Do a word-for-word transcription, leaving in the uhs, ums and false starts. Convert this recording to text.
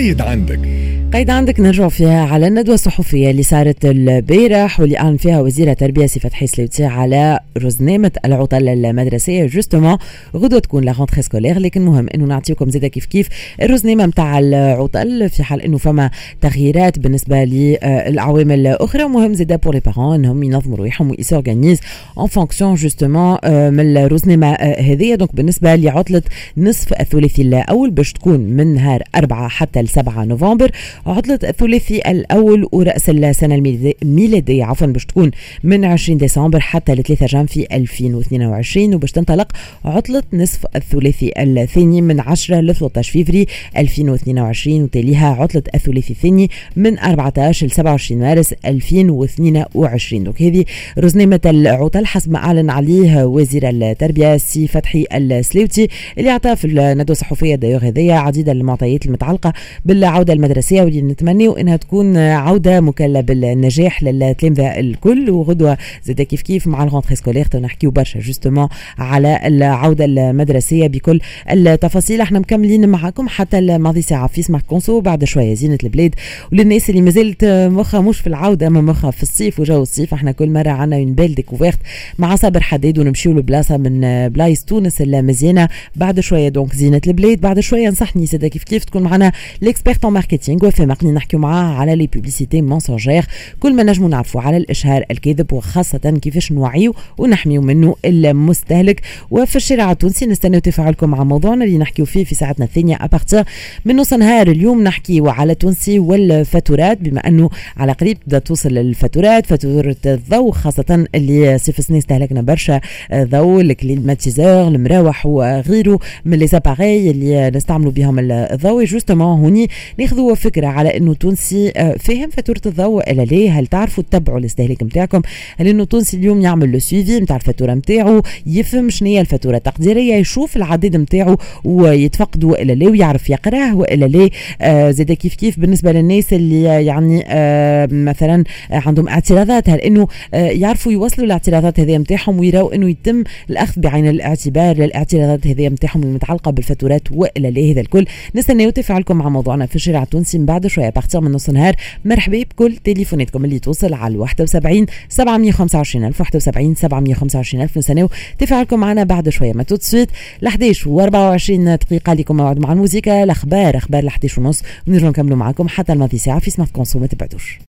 قايد عندك. قايد عندك نرجع فيها على الندوة الصحفية اللي صارت البارح واللي أعلن فيها وزير التربية سي فتحي سليوتي على رزنامة العطل المدرسية. جوستومون غدوة تكون لا رونتري سكولير، لكن مهم إنه نعطيكم زيادة كيف كيف الرزنامة متاع العطل في حال إنه فما تغييرات بالنسبة للعوامل الأخرى. مهم زيادة بور لي بارون إنهم ينظموا روحهم ويسورغانيز أون فونكسيون جوستومون من الرزنامة هذه. دونك بالنسبة لعطلة نصف الثلاثي الأول باش تكون من نهار أربعة حتى لسبعة نوفمبر، عطلة الثلاثي الأول ورأس السنة الميلادية عفوا باش تكون من عشرين ديسمبر حتى لثلاثة جانفي ألفين واثنين وعشرين، وباش تنطلق عطلة نصف الثلاثي الثاني من عشرة ل ثلاثة عشر فيفري ألفين واثنين وعشرين، وتاليها عطلة الثلاثي الثاني من أربعة عشر ل سبعة وعشرين مارس ألفين واثنين وعشرين. دونك هذه رزنامة العطل حسب ما أعلن عليه وزير التربية سي فتحي السليوتي، اللي أعطى في الندوة الصحفية دايوغ هذيا عديد المعطيات المتعلقة بالعودة المدرسية، واللي نتمنى انها تكون عوده مكلله بالنجاح للتلامذه الكل. وغدوه زاد كيف كيف مع الغونتري سكولير نحكيو برشا جوستومون على العوده المدرسيه بكل التفاصيل. احنا مكملين معكم حتى الماضي ساعه في سمارت كونسو. بعد شويه زينه البلاد، وللناس اللي مازالت مخها مش في العوده اما مخها في الصيف وجو الصيف، احنا كل مره عنا اون بيل ديكوفيرت مع صابر حداد ونمشيو لبلاصه من بلايص تونس المزيانه. بعد شويه دونك زينه البلاد، بعد شويه نصحني زاد كيف كيف تكون معنا ليكسبيرت ان ماركتينغ وفي مقني نحكيو معاه على لي بوبليسيتي مونسونجير، كل ما نجمو نعرفوا على الاشهار الكاذب، وخاصه كيفاش نوعيو ونحميو منه المستهلك. وفي الشارع التونسي نستناو تفاعلكم مع موضوعنا اللي نحكيو فيه في ساعتنا الثانيه ابارتير من نص نهار. اليوم نحكيو على تونسي والفاتورات، بما انه على قريب تبدا توصل الفاتورات، فاتوره الضوء خاصه اللي صيف السنه استهلكنا برشا ضوء، الكليماتيزور، المراوح وغيره من لي زاباري اللي نستعملوا بهم الضوء. جوستومون هوني ناخذوا فكره على انه تونسي فاهم فاتوره الضوء الا ليه، هل تعرفوا تتبعوا الاستهلاك نتاعكم، هل انه تونسي اليوم يعمل لو سويفي نتاع الفاتوره نتاعو، يفهم شنو هي الفاتوره التقديريه، يشوف العديد نتاعو ويتفقدوا الا ليه، ويعرف يقراه والا ليه. آه زاد كيف كيف بالنسبه للناس اللي يعني آه مثلا عندهم اعتراضات، هل انه آه يعرفوا يوصلوا الاعتراضات هذه نتاعهم ويراو انه يتم الاخذ بعين الاعتبار للاعتراضات هذه نتاعهم المتعلقه بالفاتورات والا ليه. هذا الكل نستناو تفاعلكم مع موضوعنا في الشارع التونسي من بعد شويه بارتير من نص نهار. مرحبا بكل تليفوناتكم اللي توصل على واحد وسبعين سبعمية وخمسة وعشرين ألف واحد وسبعين سبعمية وخمسة وعشرين ألف. نستناو تفاعلكم معنا بعد شويه. ما توت ل إحدى عشر وأربعة وعشرين دقيقه لكم موعد مع الموسيقى، الاخبار اخبار ل إحدى عشر ونص، ونرجع نكملوا معكم حتى الماضي ساعه في سمارت كونسو. ما تبعدوش.